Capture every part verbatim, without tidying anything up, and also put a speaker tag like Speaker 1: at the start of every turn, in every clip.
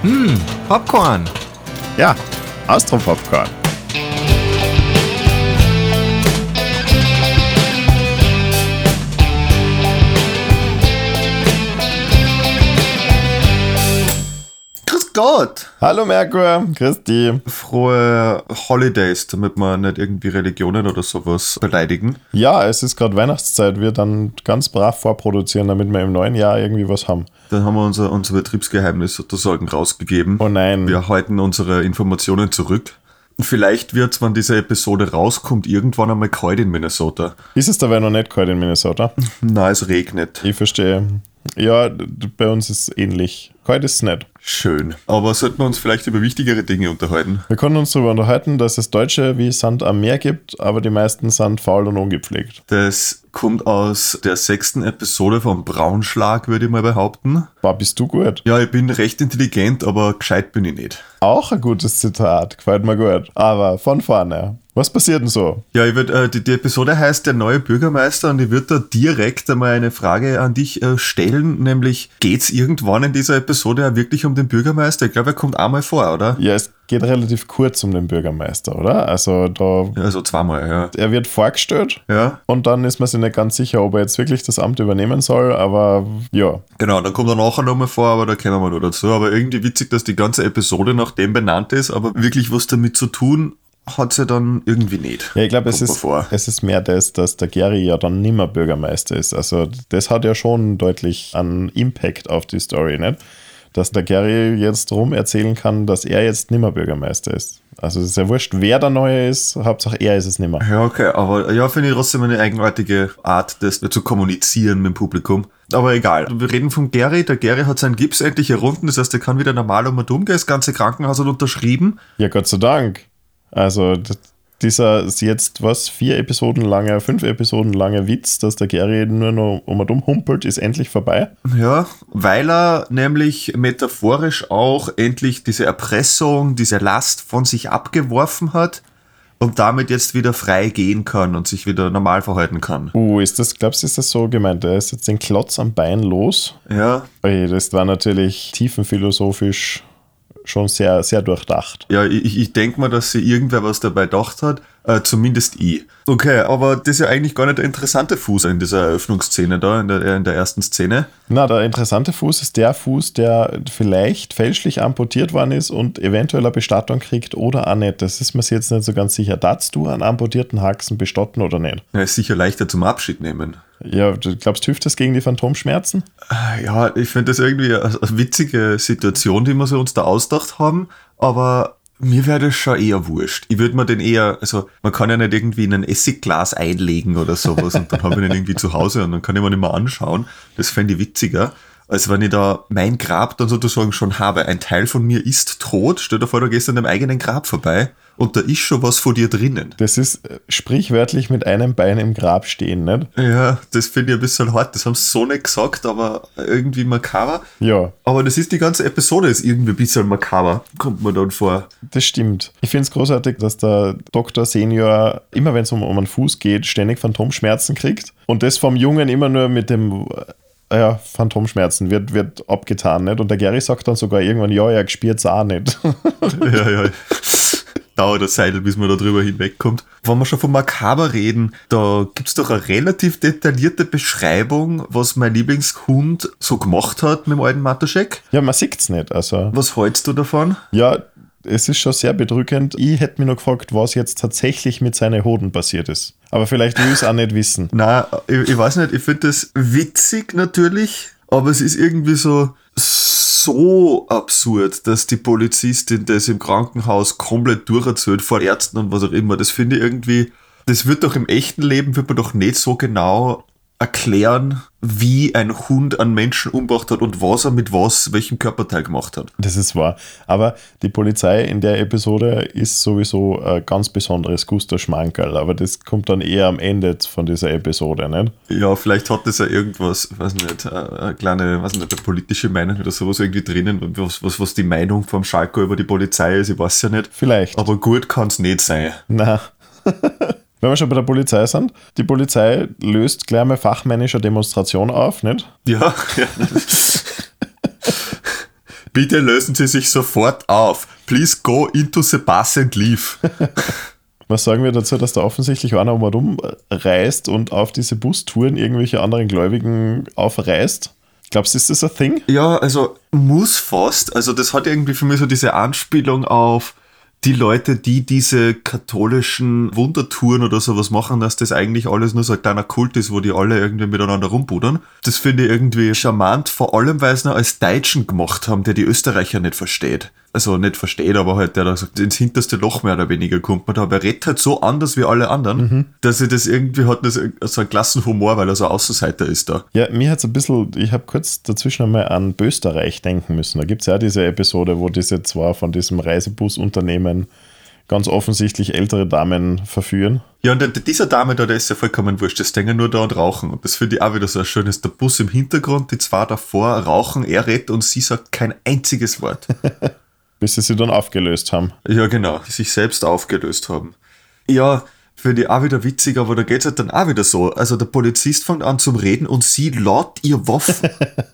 Speaker 1: Hm, Popcorn.
Speaker 2: Ja, Austro-Popcorn.
Speaker 1: Grüß Gott.
Speaker 2: Hallo Merkur, Christi.
Speaker 1: Frohe Holidays, damit wir nicht irgendwie Religionen oder sowas beleidigen.
Speaker 2: Ja, es ist gerade Weihnachtszeit. Wir dann ganz brav vorproduzieren, damit wir im neuen Jahr irgendwie was haben.
Speaker 1: Dann haben wir unser, unser Betriebsgeheimnis sozusagen rausgegeben.
Speaker 2: Oh nein.
Speaker 1: Wir halten unsere Informationen zurück. Vielleicht wird es, wenn diese Episode rauskommt, irgendwann einmal kalt in Minnesota.
Speaker 2: Ist es dabei noch nicht kalt in Minnesota?
Speaker 1: Nein, es regnet.
Speaker 2: Ich verstehe. Ja, bei uns ist es ähnlich. Kalt ist es nicht.
Speaker 1: Schön. Aber sollten wir uns vielleicht über wichtigere Dinge unterhalten?
Speaker 2: Wir können uns darüber unterhalten, dass es Deutsche wie Sand am Meer gibt, aber die meisten sind faul und ungepflegt.
Speaker 1: Das kommt aus der sechsten Episode von Braunschlag, würde ich mal behaupten.
Speaker 2: War, bist du gut?
Speaker 1: Ja, ich bin recht intelligent, aber gescheit bin ich nicht.
Speaker 2: Auch ein gutes Zitat, gefällt mir gut. Aber von vorne. Was passiert denn so?
Speaker 1: Ja, ich würd, äh, die, die Episode heißt Der neue Bürgermeister und ich würde da direkt einmal eine Frage an dich äh, stellen, nämlich geht's irgendwann in dieser Episode auch wirklich um den Bürgermeister? Ich glaube, er kommt einmal vor, oder?
Speaker 2: Ja, es geht relativ kurz um den Bürgermeister, oder? Also da...
Speaker 1: Ja, also zweimal, ja.
Speaker 2: Er wird vorgestellt
Speaker 1: Ja.
Speaker 2: und dann ist man sich nicht ganz sicher, ob er jetzt wirklich das Amt übernehmen soll, aber ja.
Speaker 1: Genau, dann kommt er nachher nochmal vor, aber da kommen wir noch dazu. Aber irgendwie witzig, dass die ganze Episode nach dem benannt ist, aber wirklich was damit zu tun hat sie dann irgendwie nicht.
Speaker 2: Ja, ich glaube, es
Speaker 1: Kommt mir
Speaker 2: ist,
Speaker 1: vor.
Speaker 2: es ist mehr das, dass der Gary ja dann nimmer Bürgermeister ist. Also das hat ja schon deutlich einen Impact auf die Story, nicht? Dass der Gary jetzt rum erzählen kann, dass er jetzt nimmer Bürgermeister ist. Also es ist ja wurscht, wer der Neue ist, Hauptsache er ist es nimmer.
Speaker 1: Ja, okay, aber ja, finde ich trotzdem eine eigenartige Art, das zu kommunizieren mit dem Publikum. Aber egal. Wir reden von Gary. Der Gary hat seinen Gips endlich errunden, das heißt, er kann wieder normal um und um gehen. Das ganze Krankenhaus hat unterschrieben.
Speaker 2: Ja, Gott sei Dank. Also d- dieser jetzt, was, vier Episoden langer, fünf Episoden langer Witz, dass der Gary nur noch um und um humpelt, ist endlich vorbei.
Speaker 1: Ja, weil er nämlich metaphorisch auch endlich diese Erpressung, diese Last von sich abgeworfen hat und damit jetzt wieder frei gehen kann und sich wieder normal verhalten kann.
Speaker 2: Uh, ist das, glaubst du, ist das so gemeint? Er ist jetzt den Klotz am Bein los.
Speaker 1: Ja,
Speaker 2: Ui, das war natürlich tiefenphilosophisch schon sehr, sehr durchdacht.
Speaker 1: ja, ich, ich denke mal, dass sich irgendwer was dabei gedacht hat, äh, zumindest ich. Okay, aber das ist ja eigentlich gar nicht der interessante Fuß in dieser Eröffnungsszene da, in der, in der ersten Szene.
Speaker 2: Na, der interessante Fuß ist der Fuß, der vielleicht fälschlich amputiert worden ist und eventuell eine Bestattung kriegt oder auch nicht. Das ist mir jetzt nicht so ganz sicher. Darfst du einen amputierten Haxen bestatten oder nicht?
Speaker 1: Ja, ist sicher leichter zum Abschied nehmen.
Speaker 2: Ja, du glaubst, hilft das gegen die Phantomschmerzen?
Speaker 1: Ja, ich finde das irgendwie eine, eine witzige Situation, die wir so uns da ausgedacht haben, aber mir wäre das schon eher wurscht. Ich würde mir den eher, also man kann ja nicht irgendwie in ein Essigglas einlegen oder sowas und dann habe ich den irgendwie zu Hause und dann kann ich mir nicht mehr anschauen. Das fände ich witziger, als wenn ich da mein Grab dann sozusagen schon habe. Ein Teil von mir ist tot, stell dir vor, du gehst an deinem eigenen Grab vorbei und da ist schon was von dir drinnen.
Speaker 2: Das ist äh, sprichwörtlich mit einem Bein im Grab stehen, nicht?
Speaker 1: Ja, das finde ich ein bisschen hart. Das haben sie so nicht gesagt, aber irgendwie makaber.
Speaker 2: Ja,
Speaker 1: Aber das ist die ganze Episode ist irgendwie ein bisschen makaber, kommt mir dann vor.
Speaker 2: das stimmt. Ich finde es großartig, dass der Doktor Senior, immer wenn es um, um einen Fuß geht, ständig Phantomschmerzen kriegt. Und das vom Jungen immer nur mit dem, äh, ja, Phantomschmerzen wird, wird abgetan, nicht? Und der Gary sagt dann sogar irgendwann, ja, er spürt es auch nicht.
Speaker 1: Ja, ja. Dauert eine Zeit, bis man da drüber hinwegkommt. Wenn wir schon von Makaber reden, da gibt's doch eine relativ detaillierte Beschreibung, was mein Lieblingshund so gemacht hat mit dem alten Matuschek.
Speaker 2: Ja, man sieht es nicht. Also,
Speaker 1: Was hältst du davon?
Speaker 2: ja, es ist schon sehr bedrückend. Ich hätte mich noch gefragt, was jetzt tatsächlich mit seinen Hoden passiert ist. Aber vielleicht will ich es auch nicht wissen.
Speaker 1: Na, ich, ich weiß nicht, ich finde das witzig natürlich, aber es ist irgendwie so so absurd, dass die Polizistin das im Krankenhaus komplett durcherzählt vor Ärzten und was auch immer. Das finde ich irgendwie, das wird doch im echten Leben, wird man doch nicht so genau erklären, wie ein Hund einen Menschen umgebracht hat und was er mit was, welchem Körperteil gemacht hat.
Speaker 2: Das ist wahr. Aber die Polizei in der Episode ist sowieso ein ganz besonderes Guster-Schmankerl. Aber das kommt dann eher am Ende von dieser Episode, nicht?
Speaker 1: Ja, vielleicht hat das ja irgendwas, weiß nicht, eine kleine, weiß nicht, eine politische Meinung oder sowas irgendwie drinnen, was, was, was die Meinung vom Schalko über die Polizei ist, ich weiß ja nicht.
Speaker 2: Vielleicht.
Speaker 1: Aber gut kann es nicht sein.
Speaker 2: Na. Wenn wir schon bei der Polizei sind, die Polizei löst gleich mal fachmännische Demonstration auf, nicht?
Speaker 1: Ja, ja. Bitte lösen Sie sich sofort auf. Please go into the bus and leave.
Speaker 2: Was sagen wir dazu, dass da offensichtlich einer mal rumreist und auf diese Bustouren irgendwelche anderen Gläubigen aufreißt? Glaubst du, ist das ein Thing?
Speaker 1: Ja, also muss fast. Also das hat irgendwie für mich so diese Anspielung auf die Leute, die diese katholischen Wundertouren oder sowas machen, dass das eigentlich alles nur so ein kleiner Kult ist, wo die alle irgendwie miteinander rumpudern. Das finde ich irgendwie charmant, vor allem, weil sie noch als Deutschen gemacht haben, der die Österreicher nicht versteht. Also nicht versteht, aber halt der da sagt, ins hinterste Loch mehr oder weniger kommt man da. Aber er redet halt so anders wie alle anderen, mhm. dass er das irgendwie hat, das so einen Klassenhumor, weil er so Außenseiter ist da.
Speaker 2: Ja, mir hat es ein bisschen, ich habe kurz dazwischen einmal an Österreich denken müssen. Da gibt es ja diese Episode, wo diese zwei von diesem Reisebusunternehmen ganz offensichtlich ältere Damen verführen.
Speaker 1: Ja, und dieser Dame da, der ist ja vollkommen wurscht. Die stehen nur da und rauchen. Und das finde ich auch wieder so ein schönes. Der Bus im Hintergrund, die zwei davor rauchen, er redet und sie sagt kein einziges Wort.
Speaker 2: Bis sie sich dann aufgelöst haben.
Speaker 1: Ja, genau. Die sich selbst aufgelöst haben. Ja, finde ich auch wieder witzig, aber da geht es halt dann auch wieder so. Also der Polizist fängt an zum Reden und sie laut ihr Waffen.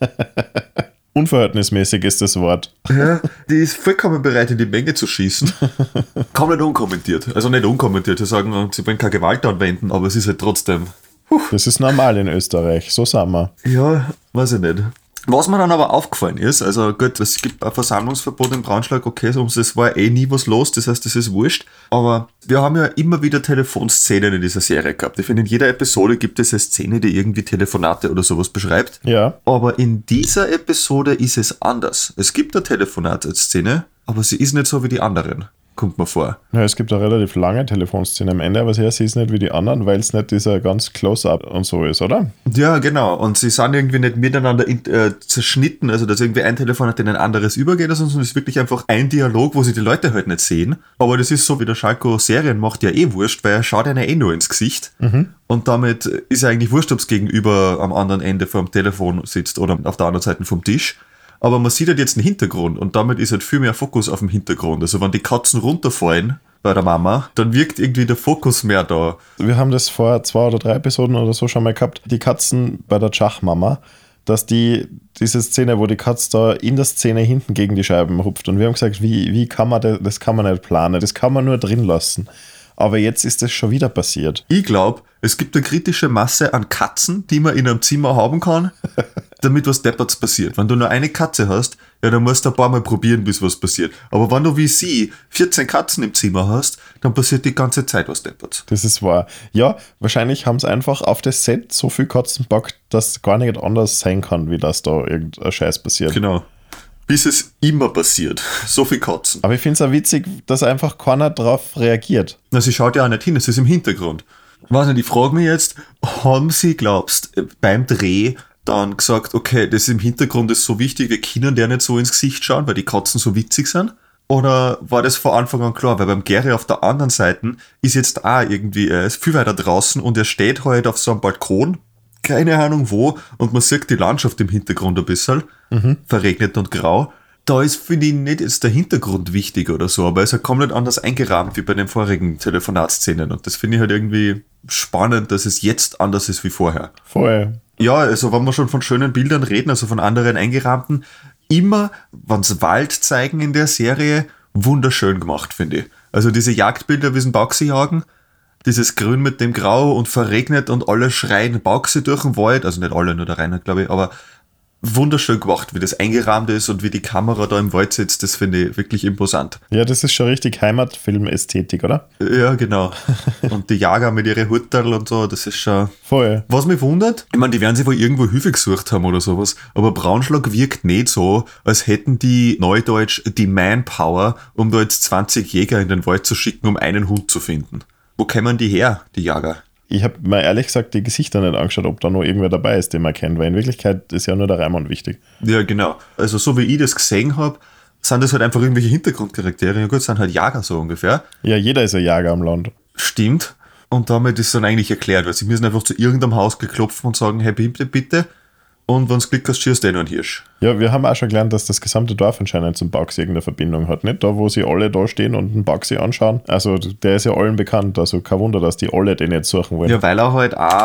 Speaker 2: Unverhältnismäßig ist das Wort.
Speaker 1: Ja, die ist vollkommen bereit, in die Menge zu schießen. Kaum nicht unkommentiert. Also nicht unkommentiert. Sie sagen, sie wollen keine Gewalt anwenden, aber es ist halt trotzdem...
Speaker 2: Puh. Das ist normal in Österreich. So sind wir.
Speaker 1: Ja, weiß ich nicht. Was mir dann aber aufgefallen ist, also gut, es gibt ein Versammlungsverbot in Braunschweig, okay, so es war eh nie was los, das heißt, das ist wurscht, aber wir haben ja immer wieder Telefonszenen in dieser Serie gehabt. Ich finde, in jeder Episode gibt es eine Szene, die irgendwie Telefonate oder sowas beschreibt.
Speaker 2: Ja.
Speaker 1: Aber in dieser Episode ist es anders. Es gibt eine Telefonatszene, aber sie ist nicht so wie die anderen. Kommt mir vor.
Speaker 2: Ja, es gibt eine relativ lange Telefonszene am Ende, aber sie ist nicht wie die anderen, weil es nicht dieser ganz Close-Up und so ist, oder?
Speaker 1: Ja, genau. Und sie sind irgendwie nicht miteinander in, äh, zerschnitten, also dass irgendwie ein Telefonat in ein anderes übergeht, sondern es ist wirklich einfach ein Dialog, wo sie die Leute halt nicht sehen. Aber das ist so, wie der Schalko Serien macht, ja eh wurscht, weil er schaut einer eh nur ins Gesicht. Mhm. Und damit ist er eigentlich wurscht, ob es gegenüber am anderen Ende vom Telefon sitzt oder auf der anderen Seite vom Tisch. Aber man sieht halt jetzt einen Hintergrund und damit ist halt viel mehr Fokus auf dem Hintergrund. Also wenn die Katzen runterfallen bei der Mama, dann wirkt irgendwie der Fokus mehr da.
Speaker 2: Wir haben das vor zwei oder drei Episoden oder so schon mal gehabt, die Katzen bei der Schachmama, dass die, diese Szene, wo die Katze da in der Szene hinten gegen die Scheiben hupft. Und wir haben gesagt, wie, wie kann man das, das kann man nicht planen, das kann man nur drin lassen. Aber jetzt ist das schon wieder passiert.
Speaker 1: Ich glaube, es gibt eine kritische Masse an Katzen, die man in einem Zimmer haben kann, damit was Depperts passiert. Wenn du nur eine Katze hast, ja, dann musst du ein paar Mal probieren, bis was passiert. Aber wenn du wie sie vierzehn Katzen im Zimmer hast, dann passiert die ganze Zeit was Depperts.
Speaker 2: Das ist wahr. Ja, wahrscheinlich haben sie einfach auf das Set so viel Katzen packt, dass gar nicht anders sein kann, wie das da irgendein Scheiß passiert.
Speaker 1: Genau. Bis es immer passiert. So viel Katzen.
Speaker 2: Aber ich finde es auch witzig, dass einfach keiner drauf reagiert.
Speaker 1: Na, sie schaut ja auch nicht hin, es ist im Hintergrund. Weiß nicht, ich frage mich jetzt, haben sie, glaubst, beim Dreh dann gesagt, okay, das ist im Hintergrund ist so wichtig, wir können der nicht so ins Gesicht schauen, weil die Katzen so witzig sind? Oder war das von Anfang an klar? Weil beim Gary auf der anderen Seite ist jetzt auch irgendwie, er ist viel weiter draußen und er steht halt auf so einem Balkon, keine Ahnung wo, und man sieht die Landschaft im Hintergrund ein bisschen, mhm. verregnet und grau. Da ist für die nicht jetzt der Hintergrund wichtig oder so, aber es ist halt komplett anders eingerahmt wie bei den vorigen Telefonatszenen und das finde ich halt irgendwie spannend, dass es jetzt anders ist wie vorher.
Speaker 2: Vorher.
Speaker 1: Ja, also wenn wir schon von schönen Bildern reden, also von anderen eingerahmten, immer, wenn sie Wald zeigen in der Serie, wunderschön gemacht, finde ich. Also diese Jagdbilder, wie sie einen Bauxi jagen, dieses Grün mit dem Grau und verregnet und alle schreien Bauxi durch den Wald, also nicht alle, nur der Reinhard, glaube ich, aber wunderschön gemacht, wie das eingerahmt ist und wie die Kamera da im Wald sitzt, das finde ich wirklich imposant.
Speaker 2: Ja, das ist schon richtig Heimatfilm-Ästhetik, oder?
Speaker 1: Ja, genau. Und die Jager mit ihren Hutterl und so, das ist schon...
Speaker 2: Voll.
Speaker 1: Was mich wundert, ich meine, die werden sich wohl irgendwo Hilfe gesucht haben oder sowas, aber Braunschlag wirkt nicht so, als hätten die Neudeutsch die Manpower, um da jetzt zwanzig Jäger in den Wald zu schicken, um einen Hund zu finden. Wo kämen die her, die Jager?
Speaker 2: Ich habe mir ehrlich gesagt die Gesichter nicht angeschaut, ob da noch irgendwer dabei ist, den man kennt, weil in Wirklichkeit ist ja nur der Raimund wichtig.
Speaker 1: Ja, genau. Also so wie ich das gesehen habe, sind das halt einfach irgendwelche Hintergrundcharaktere. Ja gut, sind halt Jager so ungefähr.
Speaker 2: Ja, jeder ist ein Jager am Land.
Speaker 1: Stimmt. Und damit ist dann eigentlich erklärt, weil sie müssen einfach zu irgendeinem Haus geklopfen und sagen, hey, bitte, bitte. Und wenn es Glück hast, schießt du noch einen Hirsch.
Speaker 2: Ja, wir haben auch schon gelernt, dass das gesamte Dorf anscheinend zum Bauxi irgendeine Verbindung hat. Nicht da, wo sie alle da stehen und einen Bauxi anschauen. Also der ist ja allen bekannt. Also kein Wunder, dass die alle den jetzt suchen wollen.
Speaker 1: Ja, weil er halt auch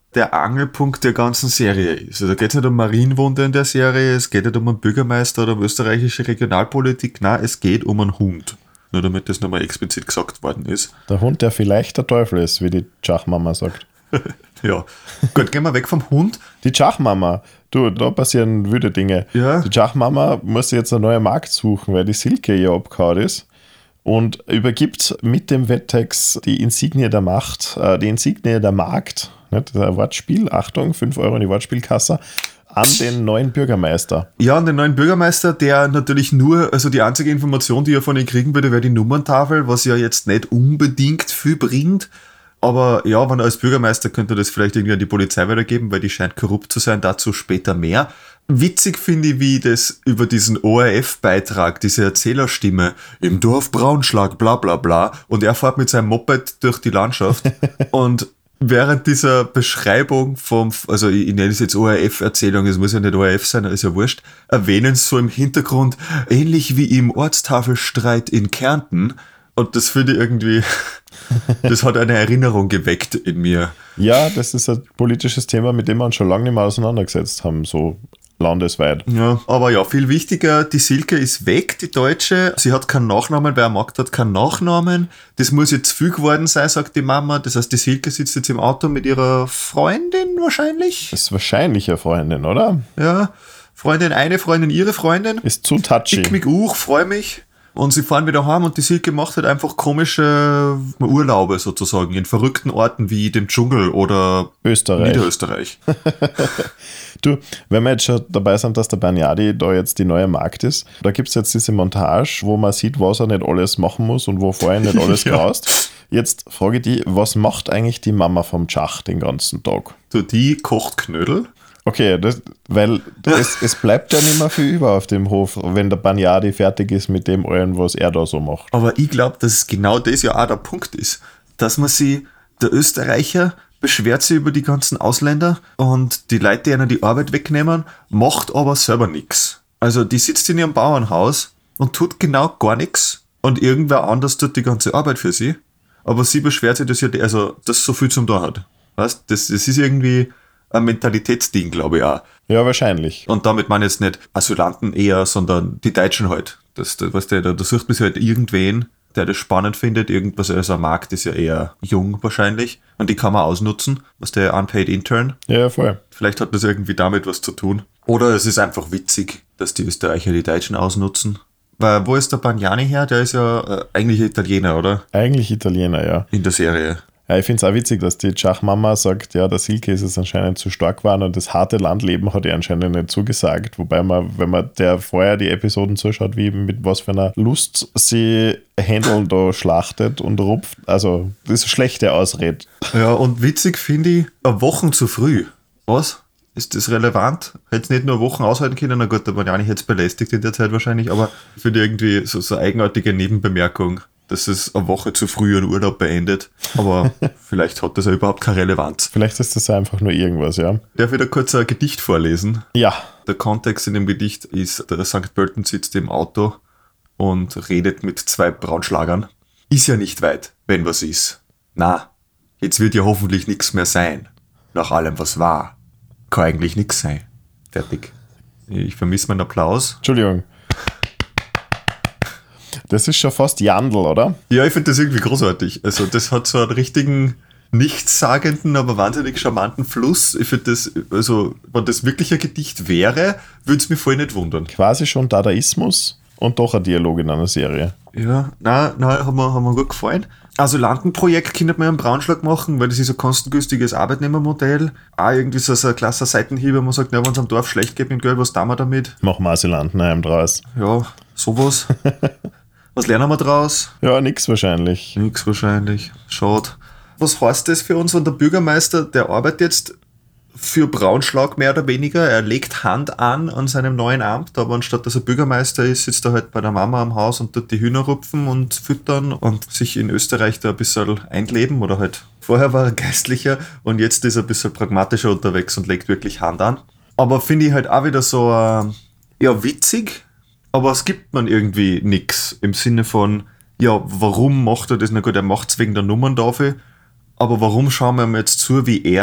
Speaker 1: der Angelpunkt der ganzen Serie ist. Also da geht es nicht um Marienwunder in der Serie, es geht nicht um einen Bürgermeister oder um österreichische Regionalpolitik, nein, es geht um einen Hund. Nur damit das nochmal explizit gesagt worden ist.
Speaker 2: Der Hund, der vielleicht der Teufel ist, wie die Schachmama sagt.
Speaker 1: Ja, gut, gehen wir weg vom Hund.
Speaker 2: Die Schachmama, du, da passieren wilde Dinge.
Speaker 1: Ja.
Speaker 2: Die Schachmama muss jetzt einen neuen Markt suchen, weil die Silke ja abgehauen ist und übergibt mit dem Wettex die Insignie der Macht, äh, die Insignie der Markt, nicht? Das ist ein Wortspiel, Achtung, fünf Euro in die Wortspielkasse, an den neuen Bürgermeister.
Speaker 1: Ja, an den neuen Bürgermeister, der natürlich nur, also die einzige Information, die er von ihm kriegen würde, wäre die Nummerntafel, was ja jetzt nicht unbedingt viel bringt. Aber ja, wenn er als Bürgermeister könnte er das vielleicht irgendwie an die Polizei weitergeben, weil die scheint korrupt zu sein, dazu später mehr. Witzig finde ich, wie das über diesen O R F-Beitrag, diese Erzählerstimme, im Dorf Braunschlag, bla bla bla, und er fährt mit seinem Moped durch die Landschaft und während dieser Beschreibung vom, also ich, ich nenne es jetzt O R F-Erzählung, es muss ja nicht O R F sein, ist ja wurscht, erwähnen so im Hintergrund, ähnlich wie im Ortstafelstreit in Kärnten. Und das finde ich irgendwie, das hat eine Erinnerung geweckt in mir.
Speaker 2: Ja, das ist ein politisches Thema, mit dem wir uns schon lange nicht mehr auseinandergesetzt haben, so landesweit.
Speaker 1: Ja, aber ja, viel wichtiger, die Silke ist weg, die Deutsche. Sie hat keinen Nachnamen, weil er Markt hat keinen Nachnamen. Das muss jetzt viel geworden sein, sagt die Mama. Das heißt, die Silke sitzt jetzt im Auto mit ihrer Freundin wahrscheinlich.
Speaker 2: Das ist wahrscheinlich eine Freundin, oder?
Speaker 1: Ja, Freundin, eine Freundin, ihre Freundin.
Speaker 2: Ist zu touchy.
Speaker 1: Ich mich auch, freue mich. Und sie fahren wieder heim und die Silke macht halt einfach komische Urlaube sozusagen in verrückten Orten wie dem Dschungel oder
Speaker 2: Österreich.
Speaker 1: Niederösterreich.
Speaker 2: Du, wenn wir jetzt schon dabei sind, dass der Banyadi da jetzt die neue Markt ist, da gibt es jetzt diese Montage, wo man sieht, was er nicht alles machen muss und wo vorher nicht alles
Speaker 1: Ja.
Speaker 2: graust. Jetzt frage ich dich, was macht eigentlich die Mama vom Schach den ganzen Tag?
Speaker 1: Du, die kocht Knödel.
Speaker 2: Okay, das, weil es, es bleibt ja nicht mehr viel über auf dem Hof, wenn der Banyadi fertig ist mit dem allen, was er da so macht.
Speaker 1: Aber ich glaube, dass genau das ja auch der Punkt ist, dass man sie, der Österreicher beschwert sich über die ganzen Ausländer und die Leute, die ihnen die Arbeit wegnehmen, macht aber selber nichts. Also die sitzt in ihrem Bauernhaus und tut genau gar nichts und irgendwer anders tut die ganze Arbeit für sie. Aber sie beschwert sich, dass, ja, also, dass so viel zum Tun hat. Weißt? Das, das ist irgendwie ein Mentalitätsding, glaube ich auch.
Speaker 2: Ja, wahrscheinlich.
Speaker 1: Und damit meine ich jetzt nicht Asylanten eher, sondern die Deutschen halt. Das, das, weißt du, da, da sucht man sich halt irgendwen, der das spannend findet. Irgendwas, also ein Markt ist ja eher jung wahrscheinlich. Und die kann man ausnutzen. Was der Unpaid Intern.
Speaker 2: Ja, voll.
Speaker 1: Vielleicht hat das irgendwie damit was zu tun. Oder es ist einfach witzig, dass die Österreicher die Deutschen ausnutzen. Weil, wo ist der Banyani her? Der ist ja äh, eigentlich Italiener, oder?
Speaker 2: Eigentlich Italiener, ja.
Speaker 1: In der Serie.
Speaker 2: Ja, ich finde es auch witzig, dass die Schachmama sagt, ja, der Silke ist es anscheinend zu stark geworden und das harte Landleben hat ihr anscheinend nicht zugesagt. Wobei man, wenn man der vorher die Episoden zuschaut, wie mit was für einer Lust sie Händeln da schlachtet und rupft, also das ist eine schlechte Ausrede.
Speaker 1: Ja, und witzig finde ich, eine Woche zu früh. Was? Ist das relevant? Hätte nicht nur Wochen aushalten können, na gut, da war ja nicht jetzt belästigt in der Zeit wahrscheinlich, aber ich finde irgendwie so, so eine eigenartige Nebenbemerkung, dass es eine Woche zu früh einen Urlaub beendet. Aber vielleicht hat das ja überhaupt keine Relevanz.
Speaker 2: Vielleicht ist das einfach nur irgendwas, ja.
Speaker 1: Darf ich wieder kurz ein Gedicht vorlesen?
Speaker 2: Ja.
Speaker 1: Der Kontext in dem Gedicht ist, der Sankt Pölten sitzt im Auto und redet mit zwei Braunschlagern. Ist ja nicht weit, wenn was ist. Na, jetzt wird ja hoffentlich nichts mehr sein. Nach allem, was war. Kann eigentlich nichts sein. Fertig. Ich vermisse meinen Applaus.
Speaker 2: Entschuldigung. Das ist schon fast Jandl, oder?
Speaker 1: Ja, ich finde das irgendwie großartig. Also das hat so einen richtigen, nichtssagenden, aber wahnsinnig charmanten Fluss. Ich finde das, also wenn das wirklich ein Gedicht wäre, würde es mich voll nicht wundern.
Speaker 2: Quasi schon Dadaismus und doch ein Dialog in einer Serie.
Speaker 1: Ja, nein, nein, haben mir, haben mir gut gefallen. Also Landenprojekt könnte man ja einen Braunschlag machen, weil das ist ein kostengünstiges Arbeitnehmermodell. Auch irgendwie so ein klasse Seitenhieb, wo man sagt, ja, wenn es am Dorf schlecht geht mit Geld, was tun wir damit?
Speaker 2: Machen wir Asylantenheim draus.
Speaker 1: Ja, sowas. Was lernen wir draus?
Speaker 2: Ja, nix wahrscheinlich.
Speaker 1: Nix wahrscheinlich. Schade. Was heißt das für uns, wenn der Bürgermeister, der arbeitet jetzt für Braunschlag mehr oder weniger, er legt Hand an an seinem neuen Amt, aber anstatt dass er Bürgermeister ist, sitzt er halt bei der Mama am Haus und tut die Hühner rupfen und füttern und sich in Österreich da ein bisschen einleben oder halt vorher war er Geistlicher und jetzt ist er ein bisschen pragmatischer unterwegs und legt wirklich Hand an. Aber finde ich halt auch wieder so, äh, ja, witzig, aber es gibt man irgendwie nix im Sinne von, ja, warum macht er das? Na gut, er macht es wegen der Nummerntafel, aber warum schauen wir ihm jetzt zu, wie er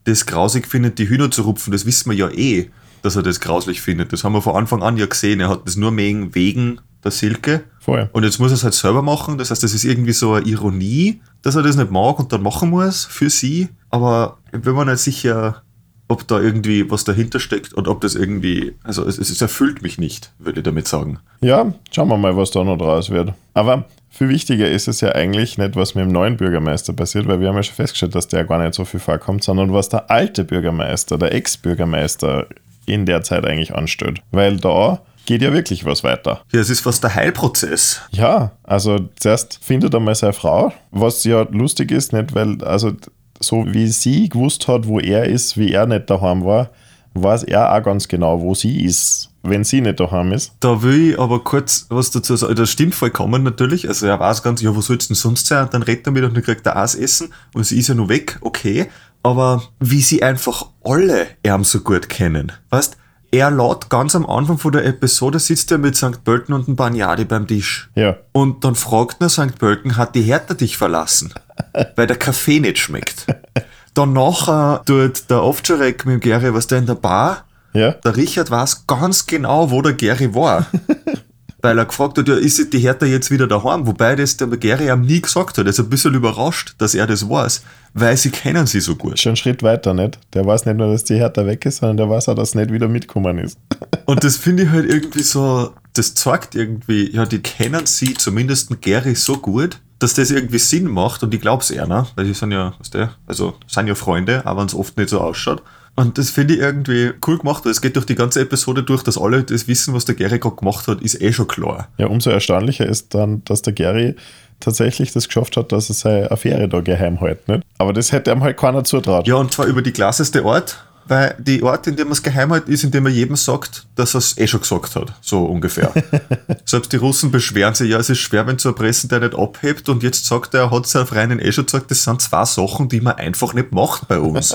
Speaker 1: das grausig findet, die Hühner zu rupfen, das wissen wir ja eh, dass er das grauslich findet. Das haben wir von Anfang an ja gesehen. Er hat das nur wegen, wegen der Silke.
Speaker 2: Voll.
Speaker 1: Und jetzt muss er es halt selber machen. Das heißt, das ist irgendwie so eine Ironie, dass er das nicht mag und dann machen muss für sie. Aber ich bin mir nicht sicher, ob da irgendwie was dahinter steckt und ob das irgendwie, also es, es erfüllt mich nicht, würde ich damit sagen.
Speaker 2: Ja, schauen wir mal, was da noch draus wird. Aber viel wichtiger ist es ja eigentlich nicht, was mit dem neuen Bürgermeister passiert, weil wir haben ja schon festgestellt, dass der gar nicht so viel vorkommt, sondern was der alte Bürgermeister, der Ex-Bürgermeister in der Zeit eigentlich anstellt. Weil da geht ja wirklich was weiter.
Speaker 1: Ja, es ist fast der Heilprozess.
Speaker 2: Ja, also zuerst findet er mal seine Frau, was ja lustig ist, nicht, weil, also so wie sie gewusst hat, wo er ist, wie er nicht daheim war, weiß er auch ganz genau, wo sie ist, wenn sie nicht daheim ist.
Speaker 1: Da will ich aber kurz was dazu sagen. Das stimmt vollkommen natürlich. Also er weiß ganz, ja, wo soll es denn sonst sein? Und dann redet er mit und dann kriegt er Eis essen und sie ist ja nur weg, okay. Aber wie sie einfach alle ihn so gut kennen. Weißt, er lädt ganz am Anfang von der Episode, sitzt er mit Sankt Pölten und dem Bagnardi beim Tisch.
Speaker 2: Ja.
Speaker 1: Und dann fragt er Sankt Pölten, hat die Hertha dich verlassen? Weil der Kaffee nicht schmeckt. Dann nachher tut der Ovtcharek mit dem Gary, was der in der Bar,
Speaker 2: Ja.
Speaker 1: der Richard weiß ganz genau, wo der Gary war. Weil er gefragt hat, ja, ist die Hertha jetzt wieder daheim? Wobei das der Gary ihm nie gesagt hat. Er ist ein bisschen überrascht, dass er das weiß, weil sie kennen sie so gut.
Speaker 2: Schon einen Schritt weiter, nicht? Der weiß nicht nur, dass die Hertha weg ist, sondern der weiß auch, dass es nicht wieder mitgekommen ist.
Speaker 1: Und das finde ich halt irgendwie so, das zeigt irgendwie, ja, die kennen sie, zumindest den Gary, so gut, dass das irgendwie Sinn macht und ich glaub's eher, ne? Weil die sind ja, weißt du, also sind ja Freunde, auch wenn es oft nicht so ausschaut. Und das finde ich irgendwie cool gemacht, weil es geht durch die ganze Episode durch, dass alle das wissen, was der Gary gerade gemacht hat, ist eh schon klar.
Speaker 2: Ja, umso erstaunlicher ist dann, dass der Gary tatsächlich das geschafft hat, dass er seine Affäre da geheim hält, nicht? Aber das hätte ihm halt keiner zutraut.
Speaker 1: Ja, und zwar über die klasseste Art, weil die Art, in der man es geheim hält, ist, indem man jedem sagt, dass er es eh schon gesagt hat, so ungefähr. Selbst die Russen beschweren sich, ja, es ist schwer, wenn zu erpressen, der nicht abhebt und jetzt sagt er, er hat es auf reinen eh schon gesagt, das sind zwei Sachen, die man einfach nicht macht bei uns.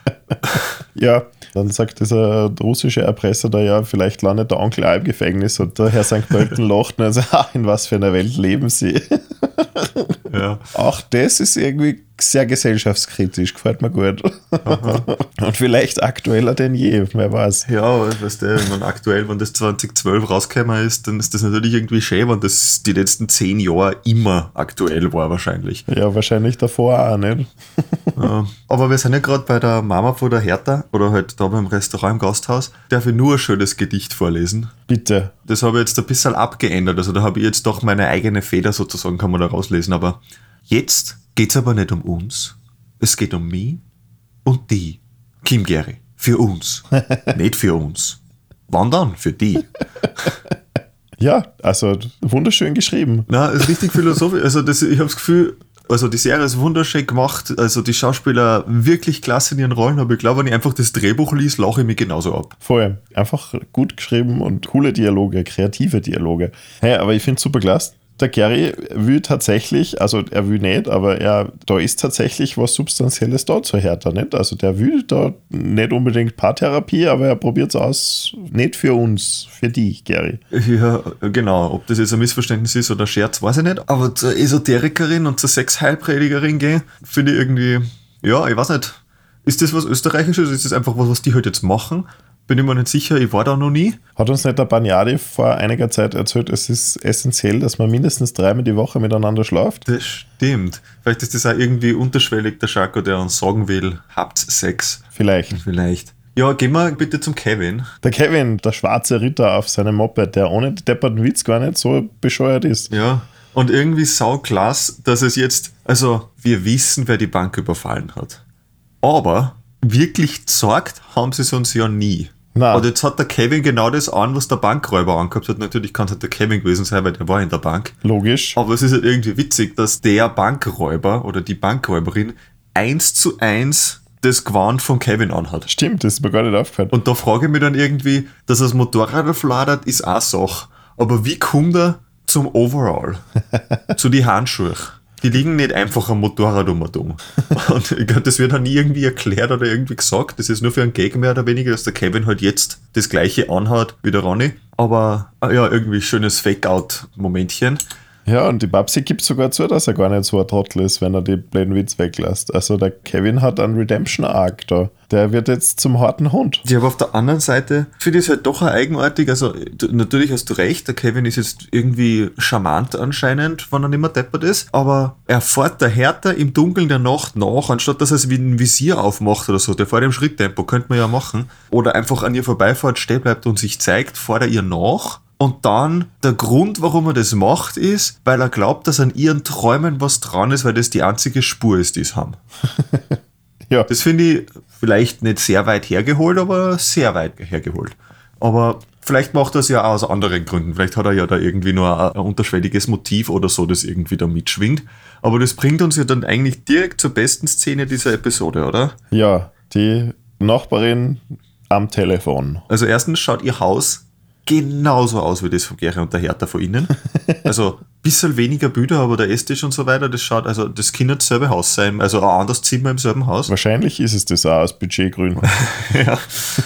Speaker 2: Ja, dann sagt dieser russische Erpresser da, ja, vielleicht landet der Onkel auch im Gefängnis und der Herr Sankt Pölten lacht und sagt, ah, in was für einer Welt leben Sie?
Speaker 1: Ja.
Speaker 2: Auch das ist irgendwie sehr gesellschaftskritisch, gefällt mir gut. Und vielleicht aktueller denn je, wer weiß.
Speaker 1: Ja, weißt du, wenn man aktuell, wenn das zwanzig zwölf rausgekommen ist, dann ist das natürlich irgendwie schön, wenn das die letzten zehn Jahre immer aktuell war wahrscheinlich.
Speaker 2: Ja, wahrscheinlich davor auch nicht.
Speaker 1: Ja. Aber wir sind ja gerade bei der Mama von der Hertha oder halt da beim Restaurant im Gasthaus. Darf ich nur ein schönes Gedicht vorlesen?
Speaker 2: Bitte.
Speaker 1: Das habe ich jetzt ein bisschen abgeändert, also da habe ich jetzt doch meine eigene Feder sozusagen, kann man da rauslesen, aber jetzt geht's aber nicht um uns, es geht um mich und die. Kim Gary, für uns, nicht für uns. Wann dann? Für die.
Speaker 2: Ja, also wunderschön geschrieben.
Speaker 1: Na, ist richtig philosophisch, also das, ich habe das Gefühl, also die Serie ist wunderschön gemacht, also die Schauspieler wirklich klasse in ihren Rollen, aber ich glaube, wenn ich einfach das Drehbuch liest, lache ich mich genauso ab.
Speaker 2: Voll. Einfach gut geschrieben und coole Dialoge, kreative Dialoge. Hey, aber ich finde es super klasse. Der Gary will tatsächlich, also er will nicht, aber er, da ist tatsächlich was Substanzielles da zur Hertha, nicht? Also der will da nicht unbedingt Paartherapie, aber er probiert es aus, nicht für uns, für die, Gary.
Speaker 1: Ja, genau. Ob das jetzt ein Missverständnis ist oder ein Scherz, weiß ich nicht. Aber zur Esoterikerin und zur Sexheilpredigerin gehen, finde ich irgendwie, ja, ich weiß nicht. Ist das was Österreichisches? Ist das einfach was, was die halt jetzt machen? Bin ich mir nicht sicher, ich war da noch nie.
Speaker 2: Hat uns nicht der Bagnardi vor einiger Zeit erzählt, es ist essentiell, dass man mindestens dreimal die Woche miteinander schlaft?
Speaker 1: Das stimmt. Vielleicht ist das auch irgendwie unterschwellig, der Schako, der uns sagen will, habt Sex.
Speaker 2: Vielleicht.
Speaker 1: Vielleicht. Ja, gehen wir bitte zum Kevin.
Speaker 2: Der Kevin, der schwarze Ritter auf seinem Moped, der ohne depperten Witz gar nicht so bescheuert ist.
Speaker 1: Ja, und irgendwie sauklass, dass es jetzt, also wir wissen, wer die Bank überfallen hat. Aber wirklich gesagt haben sie es uns ja nie.
Speaker 2: Nein.
Speaker 1: Und jetzt hat der Kevin genau das an, was der Bankräuber angehabt hat. Natürlich kann es halt der Kevin gewesen sein, weil der war in der Bank.
Speaker 2: Logisch.
Speaker 1: Aber es ist halt irgendwie witzig, dass der Bankräuber oder die Bankräuberin eins zu eins das Gewand von Kevin anhat.
Speaker 2: Stimmt, das ist mir gar nicht aufgefallen.
Speaker 1: Und da frage ich mich dann irgendwie, dass er das Motorrad fladert, ist auch Sache. Aber wie kommt er zum Overall? Zu die Handschuhe? Die liegen nicht einfach am Motorrad um und um. Und ich glaube, das wird auch nie irgendwie erklärt oder irgendwie gesagt. Das ist nur für einen Gag mehr oder weniger, dass der Kevin halt jetzt das gleiche anhat wie der Ronny. Aber ja, irgendwie schönes Fake-Out-Momentchen.
Speaker 2: Ja, und die Babsi gibt sogar zu, dass er gar nicht so ein Trottel ist, wenn er die blöden Witz weglässt. Also der Kevin hat einen Redemption-Arc da. Der wird jetzt zum harten Hund.
Speaker 1: Ja, aber auf der anderen Seite finde ich es halt doch ein eigenartig. Also du, natürlich hast du recht, der Kevin ist jetzt irgendwie charmant anscheinend, wenn er nicht mehr deppert ist. Aber er fährt der Hertha im Dunkeln der Nacht nach, anstatt dass er es wie ein Visier aufmacht oder so. Der fährt im Schritttempo, könnte man ja machen. Oder einfach an ihr vorbeifährt, stehen bleibt und sich zeigt, fährt er ihr nach. Und dann der Grund, warum er das macht, ist, weil er glaubt, dass an ihren Träumen was dran ist, weil das die einzige Spur ist, die es haben.
Speaker 2: Ja.
Speaker 1: Das finde ich vielleicht nicht sehr weit hergeholt, aber sehr weit hergeholt. Aber vielleicht macht er es ja auch aus anderen Gründen. Vielleicht hat er ja da irgendwie nur ein, ein unterschwelliges Motiv oder so, das irgendwie da mitschwingt. Aber das bringt uns ja dann eigentlich direkt zur besten Szene dieser Episode, oder?
Speaker 2: Ja, die Nachbarin am Telefon.
Speaker 1: Also erstens schaut ihr Haus genauso aus wie das von Geri und der Hertha von innen. Also ein bisschen weniger Bilder, aber der Esstisch und so weiter, das schaut, also das kann nicht dasselbe Haus sein, also ein anderes Zimmer im selben Haus.
Speaker 2: Wahrscheinlich ist es das auch aus Budgetgründen.
Speaker 1: Ja.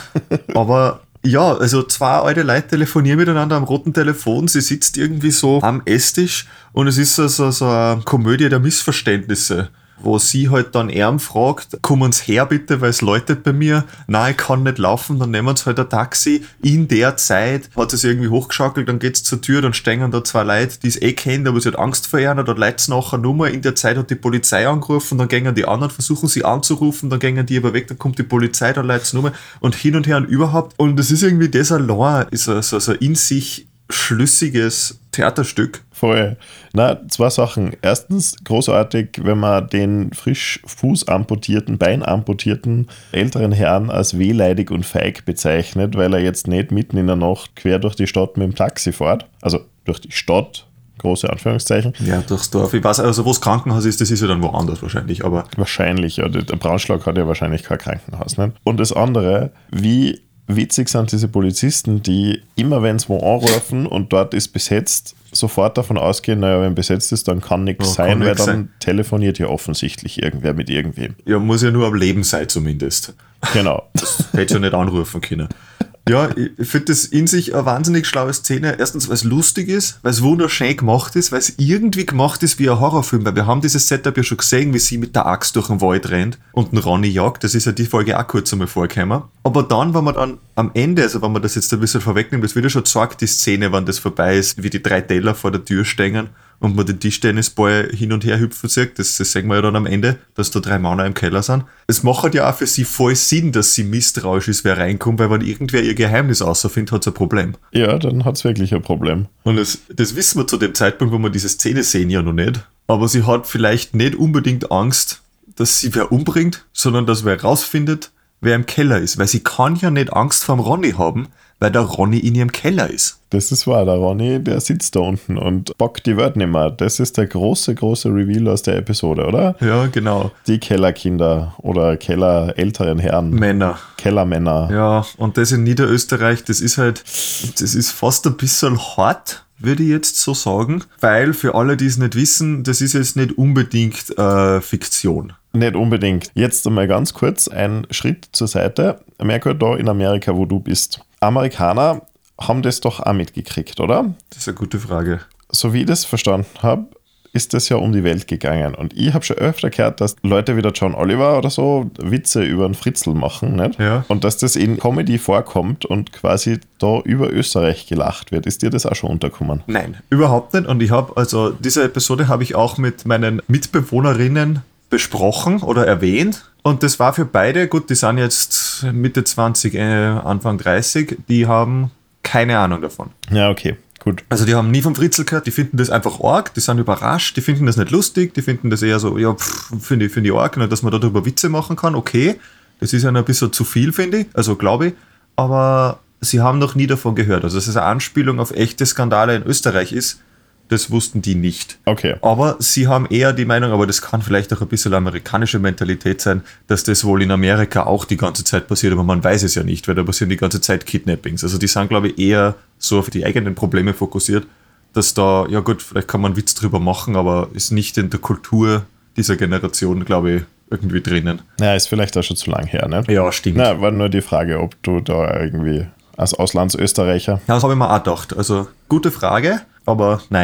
Speaker 1: Aber ja, also zwei alte Leute telefonieren miteinander am roten Telefon, sie sitzt irgendwie so am Esstisch und es ist so, so, so eine Komödie der Missverständnisse, wo sie halt dann Erm fragt, kommen's her bitte, weil es läutet bei mir. Nein, ich kann nicht laufen, dann nehmen sie halt ein Taxi. In der Zeit hat sie sich irgendwie hochgeschaukelt, dann geht's zur Tür, dann stehen da zwei Leute, die es eh kennen, aber sie hat Angst vor ihr, dann leitet sie nachher eine Nummer. In der Zeit hat die Polizei angerufen, dann gehen die anderen, versuchen sie anzurufen, dann gehen die aber weg, dann kommt die Polizei, dann leitet sie Nummer und hin und her und überhaupt. Und das ist irgendwie, das allein ist so, so, so in sich schlüssiges Theaterstück.
Speaker 2: Voll. Na, zwei Sachen. Erstens, großartig, wenn man den frisch Fuß amputierten, Bein amputierten älteren Herrn als wehleidig und feig bezeichnet, weil er jetzt nicht mitten in der Nacht quer durch die Stadt mit dem Taxi fährt. Also durch die Stadt, große Anführungszeichen.
Speaker 1: Ja, durchs Dorf. Ich weiß, also wo das Krankenhaus ist, das ist ja dann woanders wahrscheinlich, aber...
Speaker 2: Wahrscheinlich, ja. Der Braunschlag hat ja wahrscheinlich kein Krankenhaus. Nicht? Und das andere, wie witzig sind diese Polizisten, die immer, wenn sie wo anrufen und dort ist besetzt, sofort davon ausgehen, naja, wenn besetzt ist, dann kann nichts
Speaker 1: ja,
Speaker 2: sein,
Speaker 1: kann
Speaker 2: weil
Speaker 1: nix
Speaker 2: dann
Speaker 1: sein.
Speaker 2: Telefoniert ja offensichtlich irgendwer mit irgendwem.
Speaker 1: Ja, muss ja nur am Leben sein zumindest.
Speaker 2: Genau.
Speaker 1: Das hätte ja nicht anrufen können. Ja, ich finde das in sich eine wahnsinnig schlaue Szene. Erstens, weil es lustig ist, weil es wunderschön gemacht ist, weil es irgendwie gemacht ist wie ein Horrorfilm, weil wir haben dieses Setup ja schon gesehen, wie sie mit der Axt durch den Wald rennt und den Ronny jagt. Das ist ja die Folge auch kurz einmal vorgekommen. Aber dann, wenn man dann am Ende, also wenn man das jetzt ein bisschen vorwegnimmt, das wird ja schon gesagt, die Szene, wenn das vorbei ist, wie die drei Teller vor der Tür stehen und man den Tischtennisball hin und her hüpfen sieht, das, das sehen wir ja dann am Ende, dass da drei Männer im Keller sind. Es macht ja auch für sie voll Sinn, dass sie misstrauisch ist, wer reinkommt, weil wenn irgendwer ihr Geheimnis außerfindet, hat es ein Problem.
Speaker 2: Ja, dann hat es wirklich ein Problem.
Speaker 1: Und das, das wissen wir zu dem Zeitpunkt, wo wir diese Szene sehen, ja noch nicht. Aber sie hat vielleicht nicht unbedingt Angst, dass sie wer umbringt, sondern dass wer rausfindet, wer im Keller ist. Weil sie kann ja nicht Angst vorm Ronny haben, weil der Ronny in ihrem Keller ist.
Speaker 2: Das ist wahr, der Ronny, der sitzt da unten und bockt die Wörter nicht mehr. Das ist der große, große Reveal aus der Episode, oder?
Speaker 1: Ja, genau.
Speaker 2: Die Kellerkinder oder Keller-älteren Herren.
Speaker 1: Männer.
Speaker 2: Kellermänner.
Speaker 1: Ja, und das in Niederösterreich, das ist halt, das ist fast ein bisschen hart, würde ich jetzt so sagen, weil für alle, die es nicht wissen, das ist jetzt nicht unbedingt äh, Fiktion.
Speaker 2: Nicht unbedingt. Jetzt einmal ganz kurz ein Schritt zur Seite. Merke da in Amerika, wo du bist. Amerikaner haben das doch auch mitgekriegt, oder?
Speaker 1: Das ist eine gute Frage.
Speaker 2: So wie ich das verstanden habe, ist das ja um die Welt gegangen. Und ich habe schon öfter gehört, dass Leute wie der John Oliver oder so Witze über einen Fritzl machen, nicht?
Speaker 1: Ja.
Speaker 2: Und dass das in Comedy vorkommt und quasi da über Österreich gelacht wird. Ist dir das auch schon untergekommen?
Speaker 1: Nein, überhaupt nicht. Und ich habe, also diese Episode habe ich auch mit meinen Mitbewohnerinnen besprochen oder erwähnt. Und das war für beide, gut, die sind jetzt Mitte zwanzig, äh, Anfang dreißig, die haben keine Ahnung davon.
Speaker 2: Ja, okay. Gut.
Speaker 1: Also die haben nie vom Fritzl gehört, die finden das einfach arg, die sind überrascht, die finden das nicht lustig, die finden das eher so, ja, finde ich, find ich arg, dass man darüber Witze machen kann, okay, das ist ja ein bisschen zu viel, finde ich, also glaube ich, aber sie haben noch nie davon gehört, also dass es eine Anspielung auf echte Skandale in Österreich ist, das wussten die nicht.
Speaker 2: Okay.
Speaker 1: Aber sie haben eher die Meinung, aber das kann vielleicht auch ein bisschen amerikanische Mentalität sein, dass das wohl in Amerika auch die ganze Zeit passiert, aber man weiß es ja nicht, weil da passieren die ganze Zeit Kidnappings. Also die sind, glaube ich, eher so auf die eigenen Probleme fokussiert, dass da, ja gut, vielleicht kann man einen Witz drüber machen, aber ist nicht in der Kultur dieser Generation, glaube ich, irgendwie drinnen.
Speaker 2: Ja, ist vielleicht auch schon zu lang her, ne?
Speaker 1: Ja, stimmt.
Speaker 2: Na, war nur die Frage, ob du da irgendwie als Auslandsösterreicher...
Speaker 1: Ja, das habe ich mir auch gedacht. Also, gute Frage, aber nein.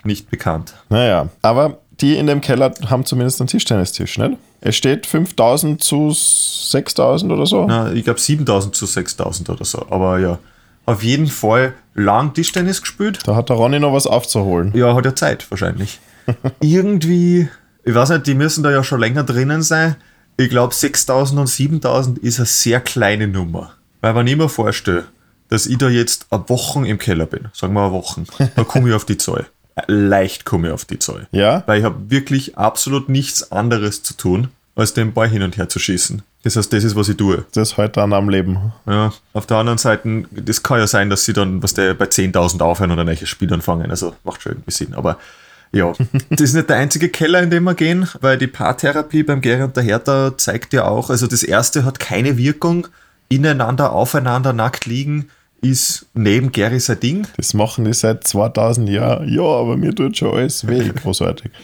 Speaker 1: nicht bekannt.
Speaker 2: Naja, aber die in dem Keller haben zumindest einen Tischtennistisch, nicht? Es steht fünftausend zu sechstausend oder so.
Speaker 1: Na, ich glaube siebentausend zu sechstausend oder so. Aber ja, auf jeden Fall lang Tischtennis gespielt.
Speaker 2: Da hat der Ronny noch was aufzuholen.
Speaker 1: Ja, hat ja Zeit wahrscheinlich. Irgendwie, ich weiß nicht, die müssen da ja schon länger drinnen sein. Ich glaube sechstausend und siebentausend ist eine sehr kleine Nummer. Weil wenn ich mir vorstelle, dass ich da jetzt eine Woche im Keller bin, sagen wir eine Woche, dann komme ich auf die Zahl. Leicht komme ich auf die Zahl.
Speaker 2: Ja?
Speaker 1: Weil ich habe wirklich absolut nichts anderes zu tun, als den Ball hin und her zu schießen. Das heißt, das ist, was ich tue.
Speaker 2: Das ist halt dann am Leben.
Speaker 1: Ja, auf der anderen Seite, das kann ja sein, dass sie dann, was der bei zehntausend aufhören und ein neues Spiel anfangen. Also macht schon irgendwie Sinn. Aber ja, das ist nicht der einzige Keller, in den wir gehen, weil die Paartherapie beim Gary und der Hertha zeigt ja auch, also das erste hat keine Wirkung, ineinander, aufeinander, nackt liegen, ist neben Gary sein Ding.
Speaker 2: Das machen die seit zweitausend Jahren. Ja, aber mir tut schon alles weh. Großartig.